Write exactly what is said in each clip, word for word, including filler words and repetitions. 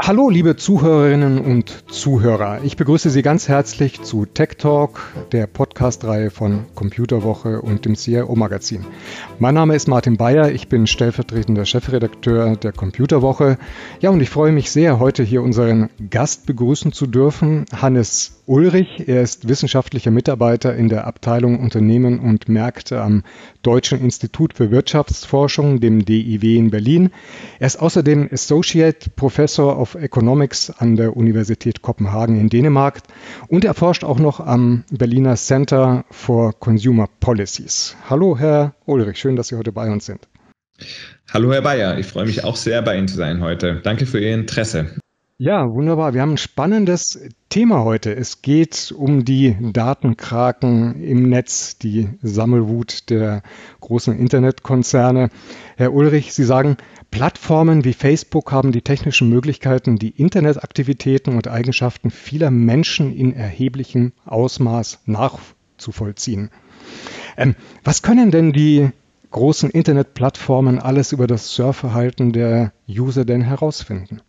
Hallo liebe Zuhörerinnen und Zuhörer, ich begrüße Sie ganz herzlich zu Tech Talk, der Podcast-Reihe von Computerwoche und dem C I O-Magazin. Mein Name ist Martin Bayer, ich bin stellvertretender Chefredakteur der Computerwoche. Ja, und ich freue mich sehr, heute hier unseren Gast begrüßen zu dürfen, Hannes Ulrich. Er ist wissenschaftlicher Mitarbeiter in der Abteilung Unternehmen und Märkte am Deutschen Institut für Wirtschaftsforschung, dem D I W in Berlin. Er ist außerdem Associate Professor of Economics an der Universität Kopenhagen in Dänemark und er forscht auch noch am Berliner Center for Consumer Policies. Hallo Herr Ulrich, schön, dass Sie heute bei uns sind. Hallo Herr Bayer, ich freue mich auch sehr, bei Ihnen zu sein heute. Danke für Ihr Interesse. Ja, wunderbar. Wir haben ein spannendes Thema heute. Es geht um die Datenkraken im Netz, die Sammelwut der großen Internetkonzerne. Herr Ulrich, Sie sagen, Plattformen wie Facebook haben die technischen Möglichkeiten, die Internetaktivitäten und Eigenschaften vieler Menschen in erheblichem Ausmaß nachzuvollziehen. Ähm, was können denn die großen Internetplattformen alles über das Surfverhalten der User denn herausfinden?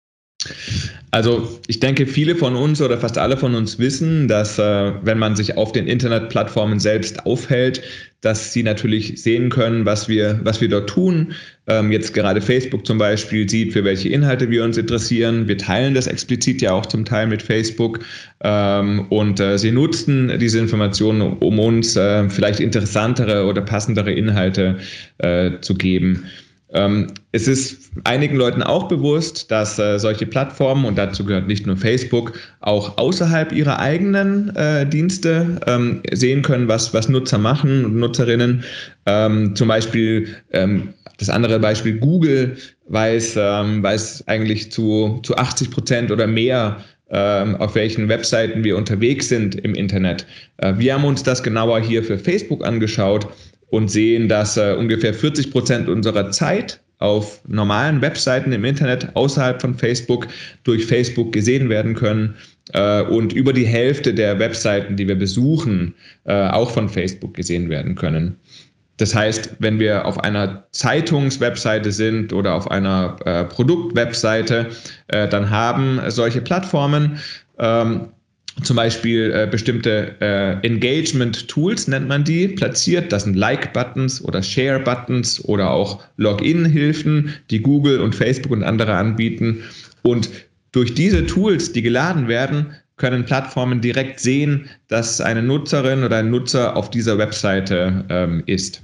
Also ich denke, viele von uns oder fast alle von uns wissen, dass äh, wenn man sich auf den Internetplattformen selbst aufhält, dass sie natürlich sehen können, was wir, was wir dort tun. Ähm, jetzt gerade Facebook zum Beispiel sieht, für welche Inhalte wir uns interessieren. Wir teilen das explizit ja auch zum Teil mit Facebook ähm, und äh, sie nutzen diese Informationen, um uns äh, vielleicht interessantere oder passendere Inhalte äh, zu geben. Ähm, es ist einigen Leuten auch bewusst, dass äh, solche Plattformen, und dazu gehört nicht nur Facebook, auch außerhalb ihrer eigenen äh, Dienste ähm, sehen können, was, was Nutzer machen und Nutzerinnen. Ähm, zum Beispiel, ähm, das andere Beispiel, Google weiß, ähm, weiß eigentlich zu, zu achtzig Prozent oder mehr, ähm, auf welchen Webseiten wir unterwegs sind im Internet. Äh, wir haben uns das genauer hier für Facebook angeschaut und sehen, dass äh, ungefähr vierzig Prozent unserer Zeit auf normalen Webseiten im Internet außerhalb von Facebook durch Facebook gesehen werden können äh, und über die Hälfte der Webseiten, die wir besuchen, äh, auch von Facebook gesehen werden können. Das heißt, wenn wir auf einer Zeitungswebseite sind oder auf einer äh, Produktwebseite, äh, dann haben solche Plattformen ähm, zum Beispiel äh, bestimmte äh, Engagement-Tools, nennt man die, platziert. Das sind Like-Buttons oder Share-Buttons oder auch Login-Hilfen, die Google und Facebook und andere anbieten. Und durch diese Tools, die geladen werden, können Plattformen direkt sehen, dass eine Nutzerin oder ein Nutzer auf dieser Webseite ähm, ist.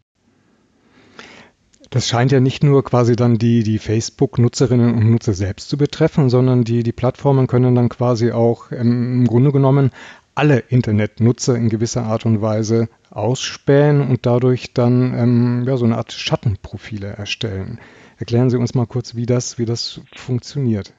Das scheint ja nicht nur quasi dann die, die Facebook-Nutzerinnen und Nutzer selbst zu betreffen, sondern die, die Plattformen können dann quasi auch ähm, im Grunde genommen alle Internetnutzer in gewisser Art und Weise ausspähen und dadurch dann ähm, ja, so eine Art Schattenprofile erstellen. Erklären Sie uns mal kurz, wie das, wie das funktioniert.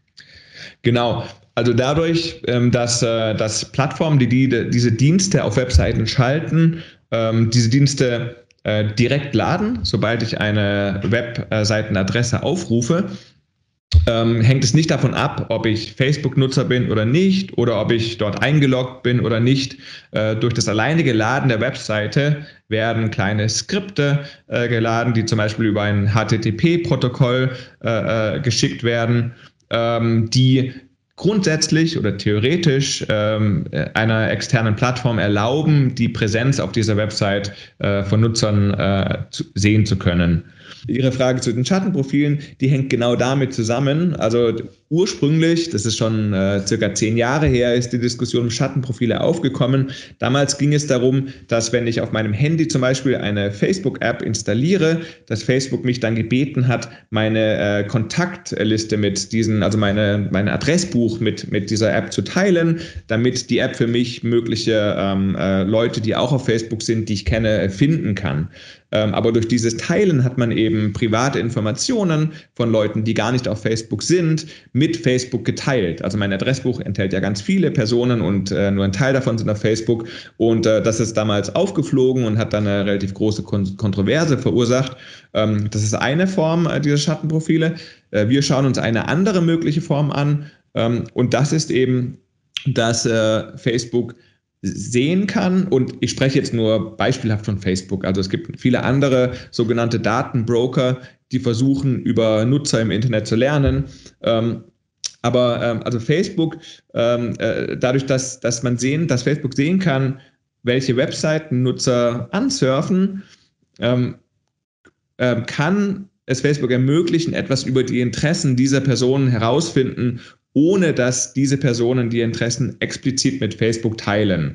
Genau. Also dadurch, ähm, dass, äh, dass Plattformen, die, die diese Dienste auf Webseiten schalten, ähm, diese Dienste äh, direkt laden, sobald ich eine Webseitenadresse aufrufe, ähm, hängt es nicht davon ab, ob ich Facebook-Nutzer bin oder nicht oder ob ich dort eingeloggt bin oder nicht. Äh, durch das alleinige Laden der Webseite werden kleine Skripte äh, geladen, die zum Beispiel über ein H T T P-Protokoll äh, äh, geschickt werden, ähm, die grundsätzlich oder theoretisch ähm, einer externen Plattform erlauben, die Präsenz auf dieser Website äh, von Nutzern äh, zu, sehen zu können. Ihre Frage zu den Schattenprofilen, die hängt genau damit zusammen. Also ursprünglich, das ist schon äh, circa zehn Jahre her, ist die Diskussion um Schattenprofile aufgekommen. Damals ging es darum, dass wenn ich auf meinem Handy zum Beispiel eine Facebook-App installiere, dass Facebook mich dann gebeten hat, meine äh, Kontaktliste mit diesen, also meine, mein Adressbuch mit, mit dieser App zu teilen, damit die App für mich mögliche ähm, äh, Leute, die auch auf Facebook sind, die ich kenne, finden kann. Ähm, aber durch dieses Teilen hat man eben private Informationen von Leuten, die gar nicht auf Facebook sind, mit Facebook geteilt. Also mein Adressbuch enthält ja ganz viele Personen und äh, nur ein Teil davon sind auf Facebook. Und äh, das ist damals aufgeflogen und hat dann eine relativ große Kon- Kontroverse verursacht. Ähm, das ist eine Form äh, dieser Schattenprofile. Äh, wir schauen uns eine andere mögliche Form an. Ähm, und das ist eben, dass äh, Facebook sehen kann, und ich spreche jetzt nur beispielhaft von Facebook, also es gibt viele andere sogenannte Datenbroker, die versuchen, über Nutzer im Internet zu lernen. Ähm, aber ähm, also Facebook, ähm, äh, dadurch, dass, dass man sehen, dass Facebook sehen kann, welche Webseiten Nutzer ansurfen, ähm, äh, kann es Facebook ermöglichen, etwas über die Interessen dieser Personen herausfinden, ohne dass diese Personen die Interessen explizit mit Facebook teilen.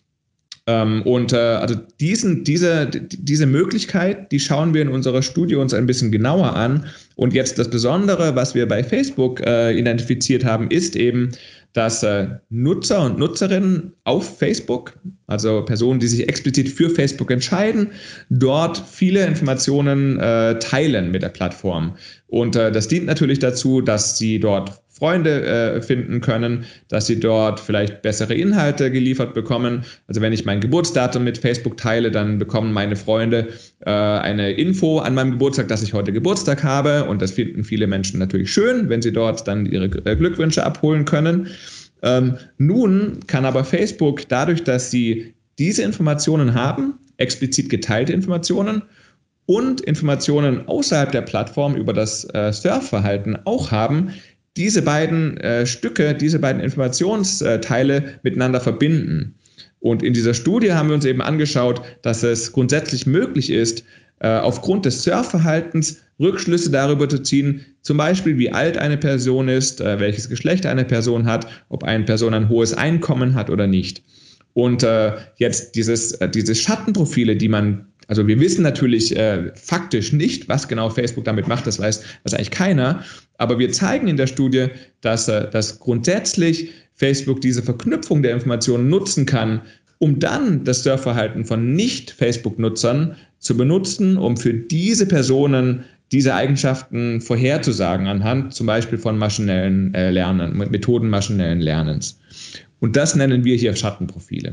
Ähm, und äh, also diesen, diese, diese Möglichkeit, die schauen wir in unserer Studie uns ein bisschen genauer an. Und jetzt das Besondere, was wir bei Facebook äh, identifiziert haben, ist eben, dass äh, Nutzer und Nutzerinnen auf Facebook, also Personen, die sich explizit für Facebook entscheiden, dort viele Informationen äh, teilen mit der Plattform. Und äh, das dient natürlich dazu, dass sie dort Freunde äh, finden können, dass sie dort vielleicht bessere Inhalte geliefert bekommen. Also wenn ich mein Geburtsdatum mit Facebook teile, dann bekommen meine Freunde äh, eine Info an meinem Geburtstag, dass ich heute Geburtstag habe. Und das finden viele Menschen natürlich schön, wenn sie dort dann ihre äh, Glückwünsche abholen können. Ähm, nun kann aber Facebook dadurch, dass sie diese Informationen haben, explizit geteilte Informationen, und Informationen außerhalb der Plattform über das äh, Surfverhalten auch haben, diese beiden äh, Stücke, diese beiden Informationsteile miteinander verbinden. Und in dieser Studie haben wir uns eben angeschaut, dass es grundsätzlich möglich ist, äh, aufgrund des Surfverhaltens Rückschlüsse darüber zu ziehen, zum Beispiel wie alt eine Person ist, äh, welches Geschlecht eine Person hat, ob eine Person ein hohes Einkommen hat oder nicht. Und äh, jetzt dieses, äh, diese Schattenprofile, die man, also wir wissen natürlich äh, faktisch nicht, was genau Facebook damit macht, das weiß, weiß eigentlich keiner, aber wir zeigen in der Studie, dass, äh, dass grundsätzlich Facebook diese Verknüpfung der Informationen nutzen kann, um dann das Surfverhalten von Nicht-Facebook-Nutzern zu benutzen, um für diese Personen diese Eigenschaften vorherzusagen anhand zum Beispiel von maschinellen äh, Lernen, Methoden maschinellen Lernens. Und das nennen wir hier Schattenprofile.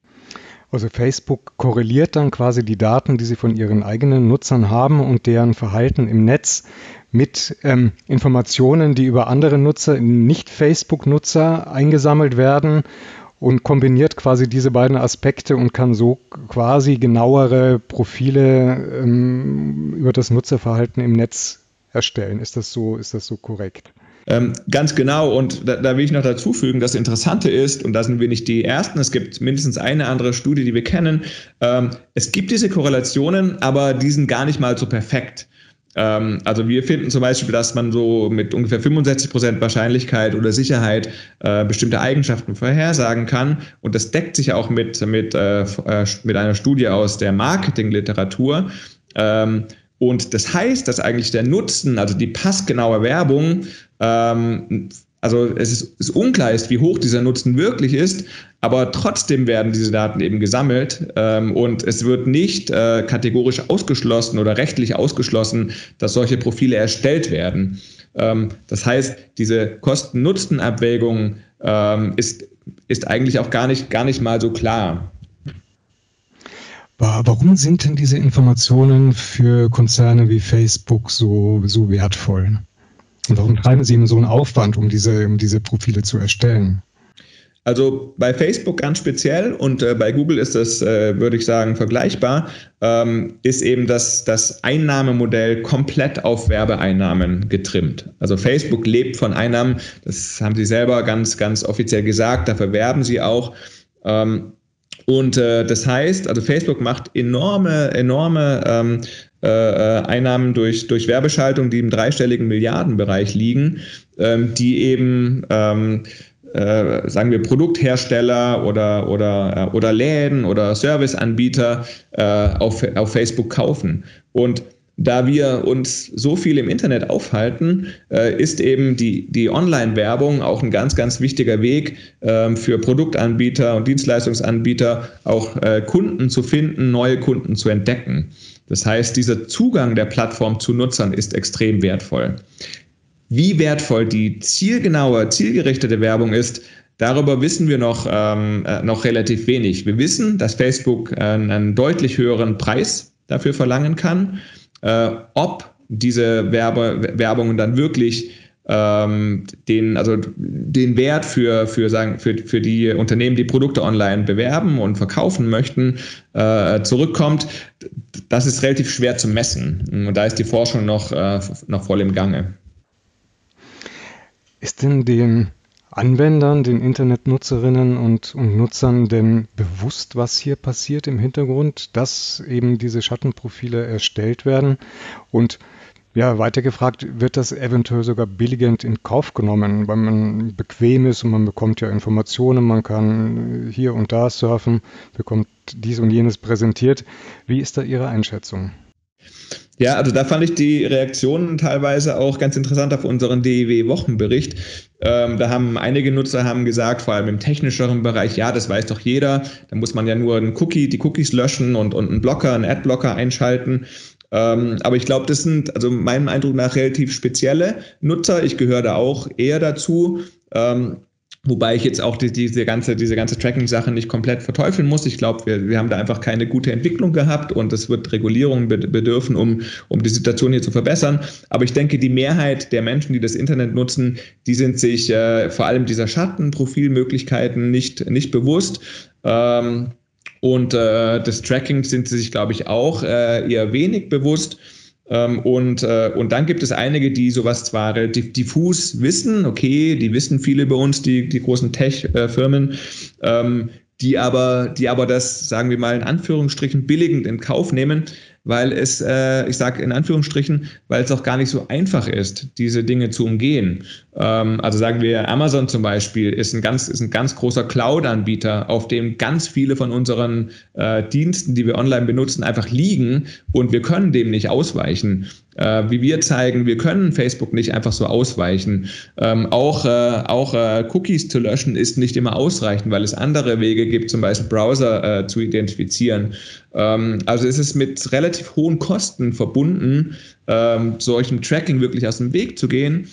Also Facebook korreliert dann quasi die Daten, die sie von ihren eigenen Nutzern haben und deren Verhalten im Netz mit ähm, Informationen, die über andere Nutzer, Nicht-Facebook-Nutzer eingesammelt werden, und kombiniert quasi diese beiden Aspekte und kann so quasi genauere Profile ähm, über das Nutzerverhalten im Netz erstellen. Ist das so, ist das so korrekt? Ähm, ganz genau, und da, da will ich noch dazu fügen, das Interessante ist, und da sind wir nicht die Ersten, es gibt mindestens eine andere Studie, die wir kennen, ähm, es gibt diese Korrelationen, aber die sind gar nicht mal so perfekt. Ähm, also wir finden zum Beispiel, dass man so mit ungefähr fünfundsechzig Prozent Wahrscheinlichkeit oder Sicherheit äh, bestimmte Eigenschaften vorhersagen kann, und das deckt sich auch mit, mit, äh, mit einer Studie aus der Marketingliteratur. Ähm, Und das heißt, dass eigentlich der Nutzen, also die passgenaue Werbung, ähm, also es ist, ist unklar ist, wie hoch dieser Nutzen wirklich ist, aber trotzdem werden diese Daten eben gesammelt ähm, und es wird nicht äh, kategorisch ausgeschlossen oder rechtlich ausgeschlossen, dass solche Profile erstellt werden. Ähm, das heißt, diese Kosten-Nutzen-Abwägung ähm, ist, ist eigentlich auch gar nicht, gar nicht mal so klar. Warum sind denn diese Informationen für Konzerne wie Facebook so, so wertvoll? Und warum treiben sie eben so einen Aufwand, um diese, um diese Profile zu erstellen? Also bei Facebook ganz speziell und äh, bei Google ist das, äh, würde ich sagen, vergleichbar, ähm, ist eben das, das Einnahmemodell komplett auf Werbeeinnahmen getrimmt. Also Facebook lebt von Einnahmen, das haben sie selber ganz, ganz offiziell gesagt, dafür werben sie auch. Ähm, Und äh, das heißt, also Facebook macht enorme, enorme ähm, äh, Einnahmen durch, durch Werbeschaltung, die im dreistelligen Milliardenbereich liegen, ähm, die eben, ähm, äh, sagen wir, Produkthersteller oder, oder, äh, oder Läden oder Serviceanbieter äh, auf, auf Facebook kaufen. Und da wir uns so viel im Internet aufhalten, äh, ist eben die, die Online-Werbung auch ein ganz, ganz wichtiger Weg äh, für Produktanbieter und Dienstleistungsanbieter, auch äh, Kunden zu finden, neue Kunden zu entdecken. Das heißt, dieser Zugang der Plattform zu Nutzern ist extrem wertvoll. Wie wertvoll die zielgenaue, zielgerichtete Werbung ist, darüber wissen wir noch, ähm, äh, noch relativ wenig. Wir wissen, dass Facebook äh, einen deutlich höheren Preis dafür verlangen kann. Äh, ob diese Werbe, Werbungen dann wirklich ähm, den, also den Wert für, für, sagen, für, für die Unternehmen, die Produkte online bewerben und verkaufen möchten, äh, zurückkommt. das ist relativ schwer zu messen. Und da ist die Forschung noch, äh, noch voll im Gange. Ist denn den Anwendern, den Internetnutzerinnen und, und Nutzern denn bewusst, was hier passiert im Hintergrund, dass eben diese Schattenprofile erstellt werden? Und ja, weiter gefragt, wird das eventuell sogar billigend in Kauf genommen, weil man bequem ist und man bekommt ja Informationen, man kann hier und da surfen, bekommt dies und jenes präsentiert. Wie ist da Ihre Einschätzung? Ja, also da fand ich die Reaktionen teilweise auch ganz interessant auf unseren D I W-Wochenbericht. Ähm, da haben einige Nutzer haben gesagt, vor allem im technischeren Bereich, ja, das weiß doch jeder, da muss man ja nur einen Cookie, die Cookies löschen und, und einen Blocker, einen Adblocker einschalten. Ähm, aber ich glaube, das sind, also meinem Eindruck nach, relativ spezielle Nutzer. Ich gehöre da auch eher dazu. Ähm, Wobei ich jetzt auch die, diese ganze, diese ganze Tracking-Sache nicht komplett verteufeln muss. Ich glaube, wir, wir haben da einfach keine gute Entwicklung gehabt und es wird Regulierung bedürfen, um, um die Situation hier zu verbessern. Aber ich denke, die Mehrheit der Menschen, die das Internet nutzen, die sind sich äh, vor allem dieser Schattenprofilmöglichkeiten nicht, nicht bewusst. Ähm, und äh, des Trackings sind sie sich, glaube ich, auch äh, eher wenig bewusst. Und, und dann gibt es einige, die sowas zwar relativ diffus wissen, okay, die wissen viele bei uns, die, die großen Tech-Firmen, die aber, die aber das, sagen wir mal in Anführungsstrichen, billigend in Kauf nehmen, weil es, äh, ich sage in Anführungsstrichen, weil es auch gar nicht so einfach ist, diese Dinge zu umgehen. Ähm, also sagen wir, Amazon zum Beispiel ist ein ganz, ist ein ganz großer Cloud-Anbieter, auf dem ganz viele von unseren äh, Diensten, die wir online benutzen, einfach liegen und wir können dem nicht ausweichen. Äh, wie wir zeigen, wir können Facebook nicht einfach so ausweichen. Ähm, auch äh, auch äh, Cookies zu löschen ist nicht immer ausreichend, weil es andere Wege gibt, zum Beispiel Browser äh, zu identifizieren. Ähm, also es ist mit relativ hohen Kosten verbunden, ähm, solchem Tracking wirklich aus dem Weg zu gehen.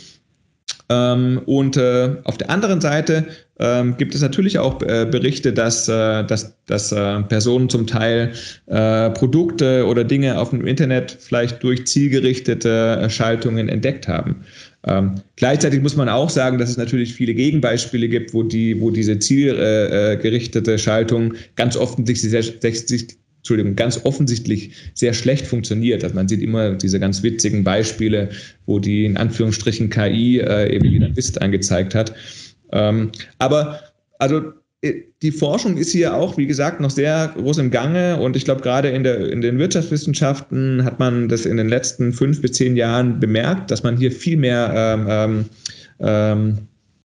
Ähm, und äh, auf der anderen Seite ähm, gibt es natürlich auch äh, Berichte, dass, äh, dass, dass äh, Personen zum Teil äh, Produkte oder Dinge auf dem Internet vielleicht durch zielgerichtete äh, Schaltungen entdeckt haben. Ähm, gleichzeitig muss man auch sagen, dass es natürlich viele Gegenbeispiele gibt, wo, die, wo diese zielgerichtete äh, Schaltung ganz offensichtlich sehr, sehr Entschuldigung, ganz offensichtlich sehr schlecht funktioniert. Also man sieht immer diese ganz witzigen Beispiele, wo die in Anführungsstrichen K I äh, eben wieder Mist angezeigt hat. Ähm, aber also die Forschung ist hier auch, wie gesagt, noch sehr groß im Gange und ich glaube, gerade in, der, in den Wirtschaftswissenschaften hat man das in den letzten fünf bis zehn Jahren bemerkt, dass man hier viel mehr ähm, ähm,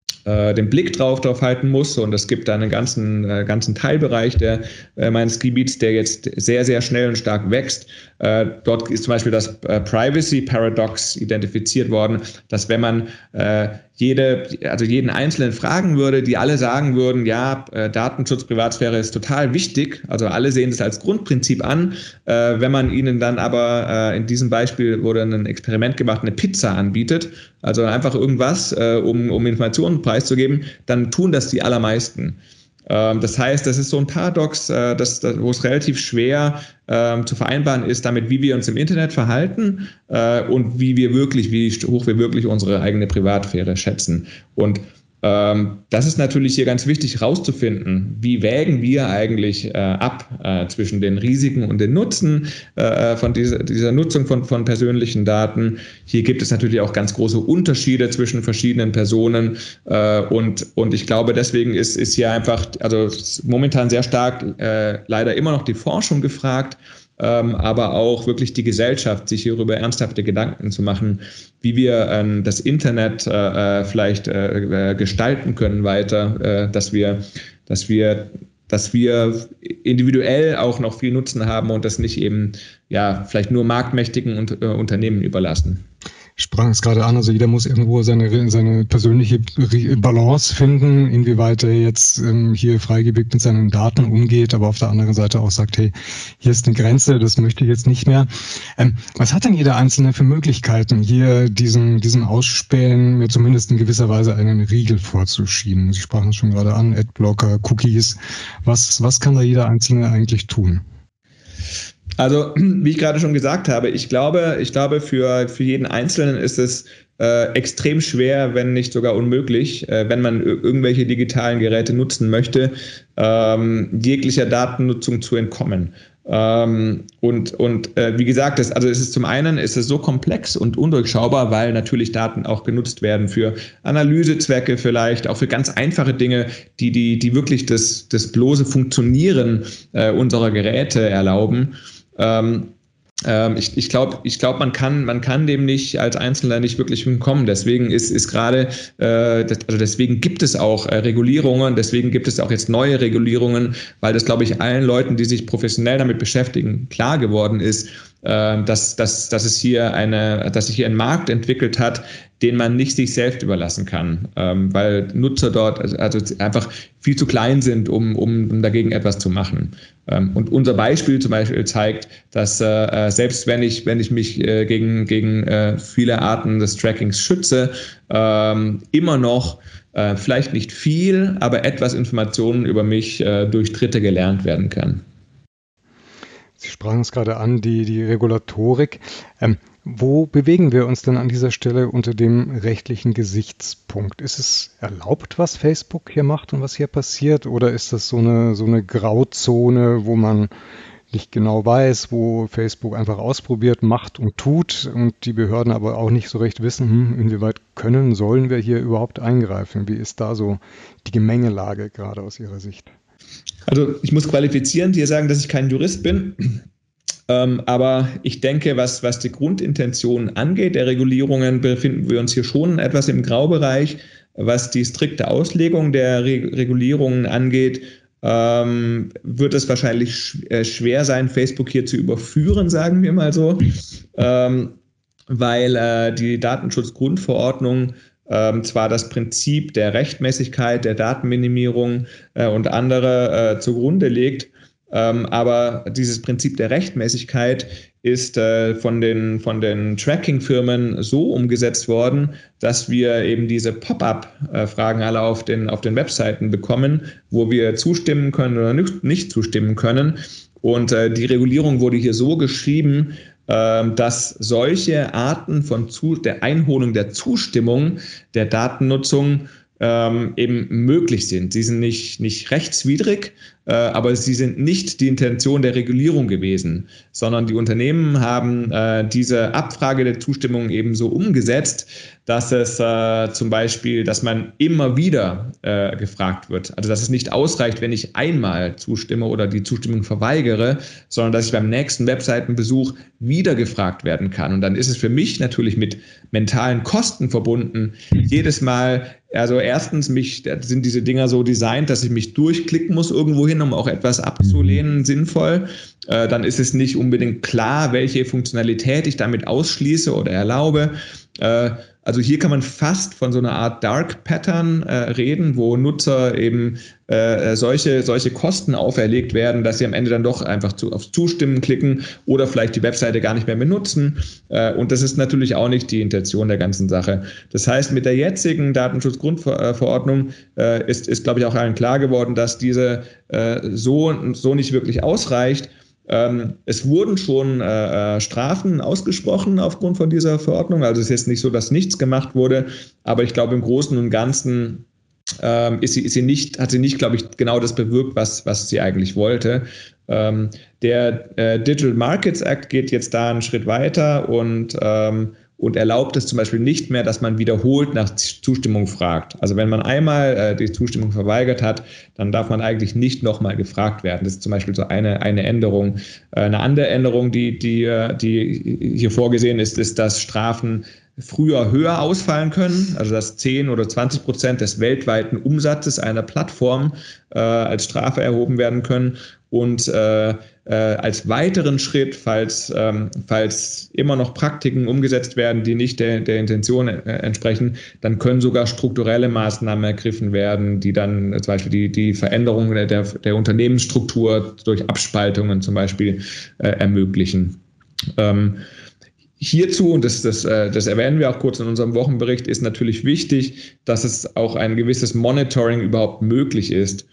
den Blick drauf, drauf halten muss. Und es gibt da einen ganzen, äh, ganzen Teilbereich der, äh, meines Gebiets, der jetzt sehr, sehr schnell und stark wächst. Äh, dort ist zum Beispiel das äh, Privacy Paradox identifiziert worden, dass wenn man äh, jede, also jeden Einzelnen fragen würde, die alle sagen würden, ja, äh, Datenschutz, Privatsphäre ist total wichtig, also alle sehen das als Grundprinzip an. Äh, wenn man ihnen dann aber, äh, in diesem Beispiel wurde ein Experiment gemacht, eine Pizza anbietet, also einfach irgendwas, äh, um, um Informationen preiszugeben, dann tun das die allermeisten. Ähm, das heißt, das ist so ein Paradox, äh, das, das, wo es relativ schwer äh, zu vereinbaren ist, damit, wie wir uns im Internet verhalten äh, und wie wir wirklich, wie hoch wir wirklich unsere eigene Privatsphäre schätzen. Und ähm, das ist natürlich hier ganz wichtig herauszufinden, wie wägen wir eigentlich äh, ab äh, zwischen den Risiken und den Nutzen äh, von dieser, dieser Nutzung von, von persönlichen Daten. Hier gibt es natürlich auch ganz große Unterschiede zwischen verschiedenen Personen äh, und, und ich glaube, deswegen ist, ist hier einfach, also momentan sehr stark äh, leider immer noch die Forschung gefragt, ähm, aber auch wirklich die Gesellschaft, sich hierüber ernsthafte Gedanken zu machen, wie wir ähm, das Internet äh, vielleicht äh, gestalten können weiter, äh, dass wir, dass wir, dass wir individuell auch noch viel Nutzen haben und das nicht eben ja vielleicht nur marktmächtigen und, äh, Unternehmen überlassen. Ich sprach es gerade an, also jeder muss irgendwo seine, seine persönliche Balance finden, inwieweit er jetzt ähm, hier freigebig mit seinen Daten umgeht, aber auf der anderen Seite auch sagt, hey, hier ist eine Grenze, das möchte ich jetzt nicht mehr. Ähm, was hat denn jeder Einzelne für Möglichkeiten, hier diesen, diesen Ausspähen mir zumindest in gewisser Weise einen Riegel vorzuschieben? Sie sprachen es schon gerade an, Adblocker, Cookies. Was, was kann da jeder Einzelne eigentlich tun? Also, wie ich gerade schon gesagt habe, ich glaube, ich glaube, für, für jeden Einzelnen ist es äh, extrem schwer, wenn nicht sogar unmöglich, äh, wenn man irgendwelche digitalen Geräte nutzen möchte, ähm, jeglicher Datennutzung zu entkommen. Ähm, und und äh, wie gesagt, das, also es ist zum einen ist es so komplex und undurchschaubar, weil natürlich Daten auch genutzt werden für Analysezwecke, vielleicht auch für ganz einfache Dinge, die die die wirklich das das bloße Funktionieren äh, unserer Geräte erlauben. Ähm, ähm, ich ich glaube, ich glaub, man kann man kann dem nicht als Einzelner nicht wirklich entkommen. Deswegen ist ist gerade äh, das, also deswegen gibt es auch äh, Regulierungen, deswegen gibt es auch jetzt neue Regulierungen, weil das, glaube ich, allen Leuten, die sich professionell damit beschäftigen, klar geworden ist, äh, dass dass dass es hier eine dass sich hier ein Markt entwickelt hat, den man nicht sich selbst überlassen kann, ähm, weil Nutzer dort also, also einfach viel zu klein sind, um, um dagegen etwas zu machen. Ähm, und unser Beispiel zum Beispiel zeigt, dass äh, selbst wenn ich, wenn ich mich äh, gegen, gegen äh, viele Arten des Trackings schütze, ähm, immer noch äh, vielleicht nicht viel, aber etwas Informationen über mich äh, durch Dritte gelernt werden kann. Sie sprachen es gerade an, die, die Regulatorik. Ähm, wo bewegen wir uns denn an dieser Stelle unter dem rechtlichen Gesichtspunkt? Ist es erlaubt, was Facebook hier macht und was hier passiert? Oder ist das so eine, so eine Grauzone, wo man nicht genau weiß, wo Facebook einfach ausprobiert, macht und tut und die Behörden aber auch nicht so recht wissen, hm, inwieweit können, sollen wir hier überhaupt eingreifen? Wie ist da so die Gemengelage gerade aus Ihrer Sicht? Also ich muss qualifizierend hier sagen, dass ich kein Jurist bin. Ähm, aber ich denke, was, was die Grundintention angeht, der Regulierungen, befinden wir uns hier schon etwas im Graubereich. Was die strikte Auslegung der Re- Regulierungen angeht, ähm, wird es wahrscheinlich sch- äh, schwer sein, Facebook hier zu überführen, sagen wir mal so, ähm, weil äh, die Datenschutzgrundverordnung ähm, zwar das Prinzip der Rechtmäßigkeit, der Datenminimierung äh, und andere äh, zugrunde legt, Ähm, aber dieses Prinzip der Rechtmäßigkeit ist äh, von den, von den Tracking-Firmen so umgesetzt worden, dass wir eben diese Pop-up-Fragen alle auf den, auf den Webseiten bekommen, wo wir zustimmen können oder nicht, nicht zustimmen können. Und äh, die Regulierung wurde hier so geschrieben, äh, dass solche Arten von zu, der Einholung der Zustimmung der Datennutzung Ähm, eben möglich sind. Sie sind nicht, nicht rechtswidrig, äh, aber sie sind nicht die Intention der Regulierung gewesen, sondern die Unternehmen haben äh, diese Abfrage der Zustimmung eben so umgesetzt, dass es äh, zum Beispiel, dass man immer wieder äh, gefragt wird. Also dass es nicht ausreicht, wenn ich einmal zustimme oder die Zustimmung verweigere, sondern dass ich beim nächsten Webseitenbesuch wieder gefragt werden kann. Und dann ist es für mich natürlich mit mentalen Kosten verbunden, jedes Mal. Also erstens mich, sind diese Dinger so designt, dass ich mich durchklicken muss irgendwo hin, um auch etwas abzulehnen, sinnvoll. Äh, dann ist es nicht unbedingt klar, welche Funktionalität ich damit ausschließe oder erlaube. Äh, also hier kann man fast von so einer Art Dark Pattern äh, reden, wo Nutzer eben äh, solche, solche Kosten auferlegt werden, dass sie am Ende dann doch einfach zu, aufs Zustimmen klicken oder vielleicht die Webseite gar nicht mehr benutzen. Äh, und das ist natürlich auch nicht die Intention der ganzen Sache. Das heißt, mit der jetzigen Datenschutzgrundverordnung äh, ist, ist, glaube ich, auch allen klar geworden, dass diese äh, so, so nicht wirklich ausreicht. Ähm, es wurden schon äh, Strafen ausgesprochen aufgrund von dieser Verordnung. Also es ist jetzt nicht so, dass nichts gemacht wurde, aber ich glaube, im Großen und Ganzen ähm, ist sie, ist sie nicht, hat sie nicht, glaube ich, genau das bewirkt, was, was sie eigentlich wollte. Ähm, der äh, Digital Markets Act geht jetzt da einen Schritt weiter und ähm, und erlaubt es zum Beispiel nicht mehr, dass man wiederholt nach Zustimmung fragt. Also wenn man einmal äh, die Zustimmung verweigert hat, dann darf man eigentlich nicht nochmal gefragt werden. Das ist zum Beispiel so eine, eine Änderung. Äh, eine andere Änderung, die, die, die hier vorgesehen ist, ist, dass Strafen früher höher ausfallen können, also dass zehn oder zwanzig Prozent des weltweiten Umsatzes einer Plattform äh, als Strafe erhoben werden können. Und äh, äh, als weiteren Schritt, falls, ähm, falls immer noch Praktiken umgesetzt werden, die nicht der, der Intention äh, entsprechen, dann können sogar strukturelle Maßnahmen ergriffen werden, die dann zum Beispiel die, die Veränderung der, der Unternehmensstruktur durch Abspaltungen zum Beispiel äh, ermöglichen. Ähm, Hierzu, und das, das, das erwähnen wir auch kurz in unserem Wochenbericht, ist natürlich wichtig, dass es auch ein gewisses Monitoring überhaupt möglich ist.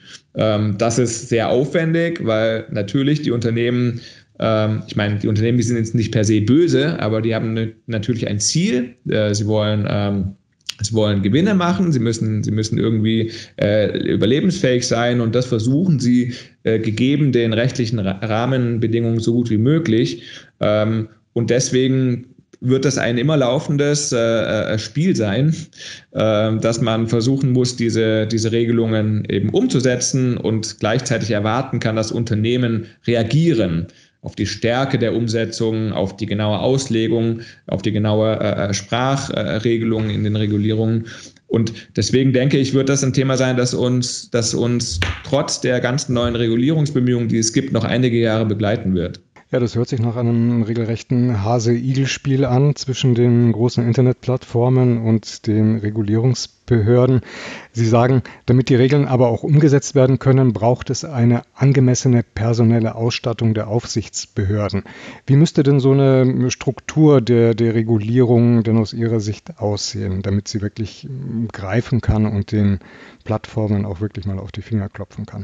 Das ist sehr aufwendig, weil natürlich die Unternehmen, ich meine, die Unternehmen, die sind jetzt nicht per se böse, aber die haben natürlich ein Ziel. Sie wollen Sie wollen Gewinne machen, sie müssen, sie müssen irgendwie äh, überlebensfähig sein und das versuchen sie äh, gegeben den rechtlichen Rahmenbedingungen so gut wie möglich. Ähm, und deswegen wird das ein immer laufendes äh, Spiel sein, äh, dass man versuchen muss, diese, diese Regelungen eben umzusetzen und gleichzeitig erwarten kann, dass Unternehmen reagieren auf die Stärke der Umsetzung, auf die genaue Auslegung, auf die genaue äh, Sprachregelung in den Regulierungen. Und deswegen denke ich, wird das ein Thema sein, das uns, das uns trotz der ganzen neuen Regulierungsbemühungen, die es gibt, noch einige Jahre begleiten wird. Ja, das hört sich nach einem regelrechten Hase-Igel-Spiel an zwischen den großen Internetplattformen und den Regulierungsbehörden. Sie sagen, damit die Regeln aber auch umgesetzt werden können, braucht es eine angemessene personelle Ausstattung der Aufsichtsbehörden. Wie müsste denn so eine Struktur der, der Regulierung denn aus Ihrer Sicht aussehen, damit sie wirklich greifen kann und den Plattformen auch wirklich mal auf die Finger klopfen kann?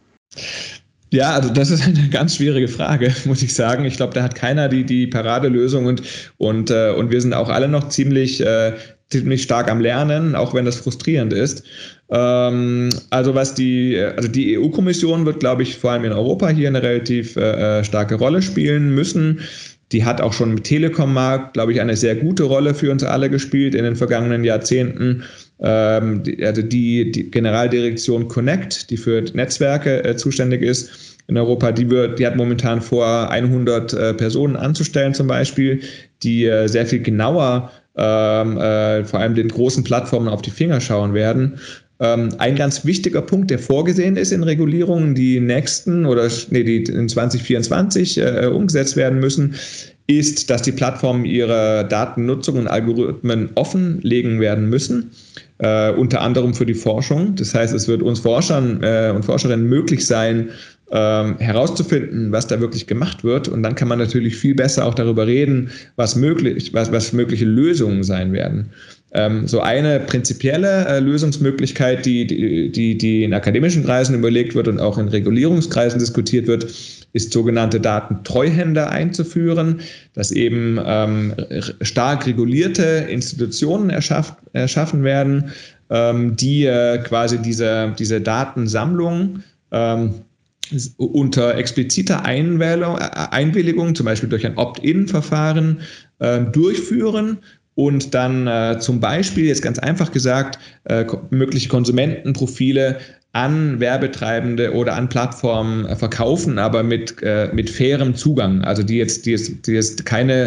Ja, also das ist eine ganz schwierige Frage, muss ich sagen. Ich glaube, da hat keiner die, die Paradelösung und, und, äh, und wir sind auch alle noch ziemlich, äh, ziemlich stark am Lernen, auch wenn das frustrierend ist. Ähm, also was die, also die E U-Kommission wird, glaube ich, vor allem in Europa hier eine relativ äh, starke Rolle spielen müssen. Die hat auch schon im Telekom-Markt, glaube ich, eine sehr gute Rolle für uns alle gespielt in den vergangenen Jahrzehnten. Ähm, die, also die, die Generaldirektion Connect, die für Netzwerke äh, zuständig ist in Europa, die, wird, die hat momentan vor, hundert äh, Personen anzustellen zum Beispiel, die äh, sehr viel genauer ähm, äh, vor allem den großen Plattformen auf die Finger schauen werden. Ähm, ein ganz wichtiger Punkt, der vorgesehen ist in Regulierungen, die nächsten oder nee, die in zwanzig vierundzwanzig äh, umgesetzt werden müssen, ist, dass die Plattformen ihre Datennutzung und Algorithmen offenlegen werden müssen, äh, unter anderem für die Forschung. Das heißt, es wird uns Forschern äh, und Forscherinnen möglich sein, ähm, herauszufinden, was da wirklich gemacht wird. Und dann kann man natürlich viel besser auch darüber reden, was möglich, was, was mögliche Lösungen sein werden. Ähm, so eine prinzipielle äh, Lösungsmöglichkeit, die, die, die in akademischen Kreisen überlegt wird und auch in Regulierungskreisen diskutiert wird, ist sogenannte Datentreuhänder einzuführen, dass eben ähm, stark regulierte Institutionen erschaff, erschaffen werden, ähm, die äh, quasi diese, diese Datensammlung ähm, unter expliziter Einwilligung, Einwilligung, zum Beispiel durch ein Opt-in-Verfahren, äh, durchführen und dann äh, zum Beispiel, jetzt ganz einfach gesagt, äh, mögliche Konsumentenprofile an Werbetreibende oder an Plattformen äh, verkaufen, aber mit, äh, mit fairem Zugang. Also die jetzt, die jetzt, die jetzt keine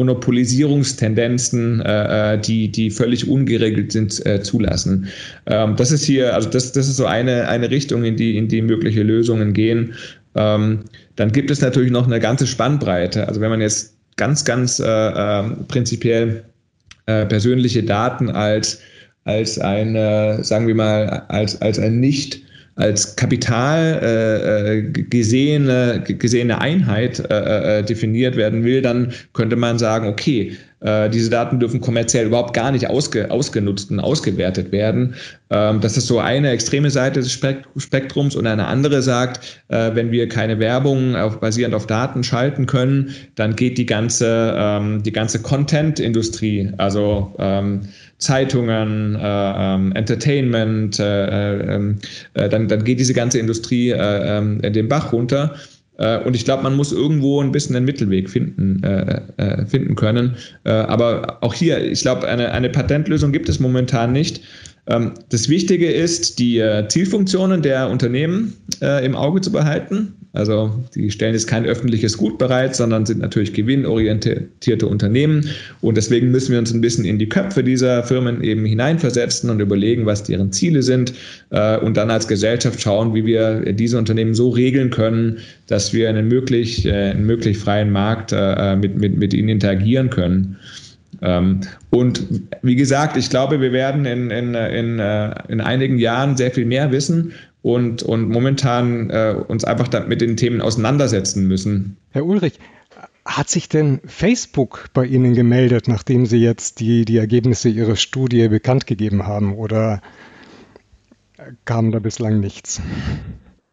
Monopolisierungstendenzen, äh, die, die völlig ungeregelt sind, äh, zulassen. Ähm, das ist hier, also das, das ist so eine, eine Richtung, in die, in die mögliche Lösungen gehen. Ähm, dann gibt es natürlich noch eine ganze Spannbreite. Also wenn man jetzt ganz, ganz äh, äh, prinzipiell äh, persönliche Daten als als eine, sagen wir mal, als, als ein nicht als Kapital äh, gesehene, gesehene Einheit äh, definiert werden will, dann könnte man sagen, okay, äh, diese Daten dürfen kommerziell überhaupt gar nicht ausge, ausgenutzt und ausgewertet werden. Ähm, das ist so eine extreme Seite des Spektrums und eine andere sagt, äh, wenn wir keine Werbung auf, basierend auf Daten schalten können, dann geht die ganze, ähm, die ganze Content-Industrie, also ähm, Zeitungen, äh, ähm, Entertainment, äh, äh, äh, dann, dann geht diese ganze Industrie äh, äh, den Bach runter. Äh, und ich glaube, man muss irgendwo ein bisschen einen Mittelweg finden, äh, äh, finden können. Äh, aber auch hier, ich glaube, eine, eine Patentlösung gibt es momentan nicht. Ähm, das Wichtige ist, die äh, Zielfunktionen der Unternehmen äh, im Auge zu behalten. Also die stellen jetzt kein öffentliches Gut bereit, sondern sind natürlich gewinnorientierte Unternehmen. Und deswegen müssen wir uns ein bisschen in die Köpfe dieser Firmen eben hineinversetzen und überlegen, was deren Ziele sind. Äh, und dann als Gesellschaft schauen, wie wir diese Unternehmen so regeln können, dass wir einen möglich, äh, einen möglich freien Markt äh, mit, mit, mit ihnen interagieren können. Ähm, und wie gesagt, ich glaube, wir werden in, in, in, in einigen Jahren sehr viel mehr wissen und, und momentan äh, uns einfach mit den Themen auseinandersetzen müssen. Herr Ulrich, hat sich denn Facebook bei Ihnen gemeldet, nachdem Sie jetzt die, die Ergebnisse Ihrer Studie bekannt gegeben haben, oder kam da bislang nichts?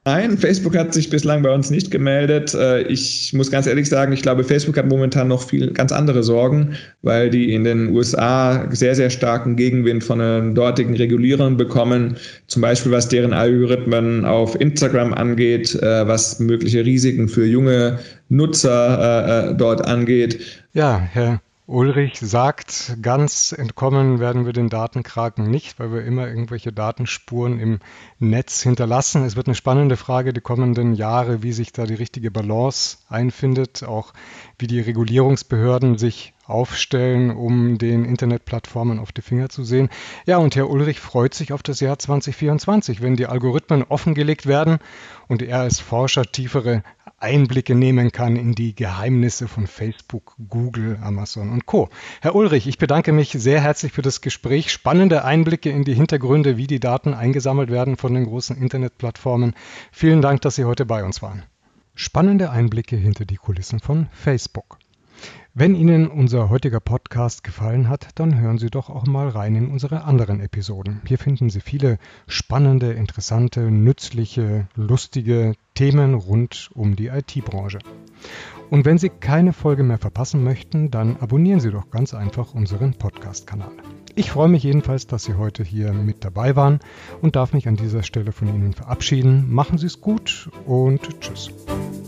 Nein, Facebook hat sich bislang bei uns nicht gemeldet. Ich muss ganz ehrlich sagen, ich glaube, Facebook hat momentan noch viel ganz andere Sorgen, weil die in den U S A sehr, sehr starken Gegenwind von den dortigen Regulierern bekommen. Zum Beispiel, was deren Algorithmen auf Instagram angeht, was mögliche Risiken für junge Nutzer dort angeht. Ja, Herr Ulrich sagt, ganz entkommen werden wir den Datenkraken nicht, weil wir immer irgendwelche Datenspuren im Netz hinterlassen. Es wird eine spannende Frage die kommenden Jahre, wie sich da die richtige Balance einfindet, auch wie die Regulierungsbehörden sich aufstellen, um den Internetplattformen auf die Finger zu sehen. Ja, und Herr Ulrich freut sich auf das Jahr zwanzig vierundzwanzig, wenn die Algorithmen offengelegt werden und er als Forscher tiefere Einblicke nehmen kann in die Geheimnisse von Facebook, Google, Amazon und Co. Herr Ulrich, ich bedanke mich sehr herzlich für das Gespräch. Spannende Einblicke in die Hintergründe, wie die Daten eingesammelt werden von den großen Internetplattformen. Vielen Dank, dass Sie heute bei uns waren. Spannende Einblicke hinter die Kulissen von Facebook. Wenn Ihnen unser heutiger Podcast gefallen hat, dann hören Sie doch auch mal rein in unsere anderen Episoden. Hier finden Sie viele spannende, interessante, nützliche, lustige Themen rund um die I T-Branche. Und wenn Sie keine Folge mehr verpassen möchten, dann abonnieren Sie doch ganz einfach unseren Podcast-Kanal. Ich freue mich jedenfalls, dass Sie heute hier mit dabei waren und darf mich an dieser Stelle von Ihnen verabschieden. Machen Sie es gut und tschüss.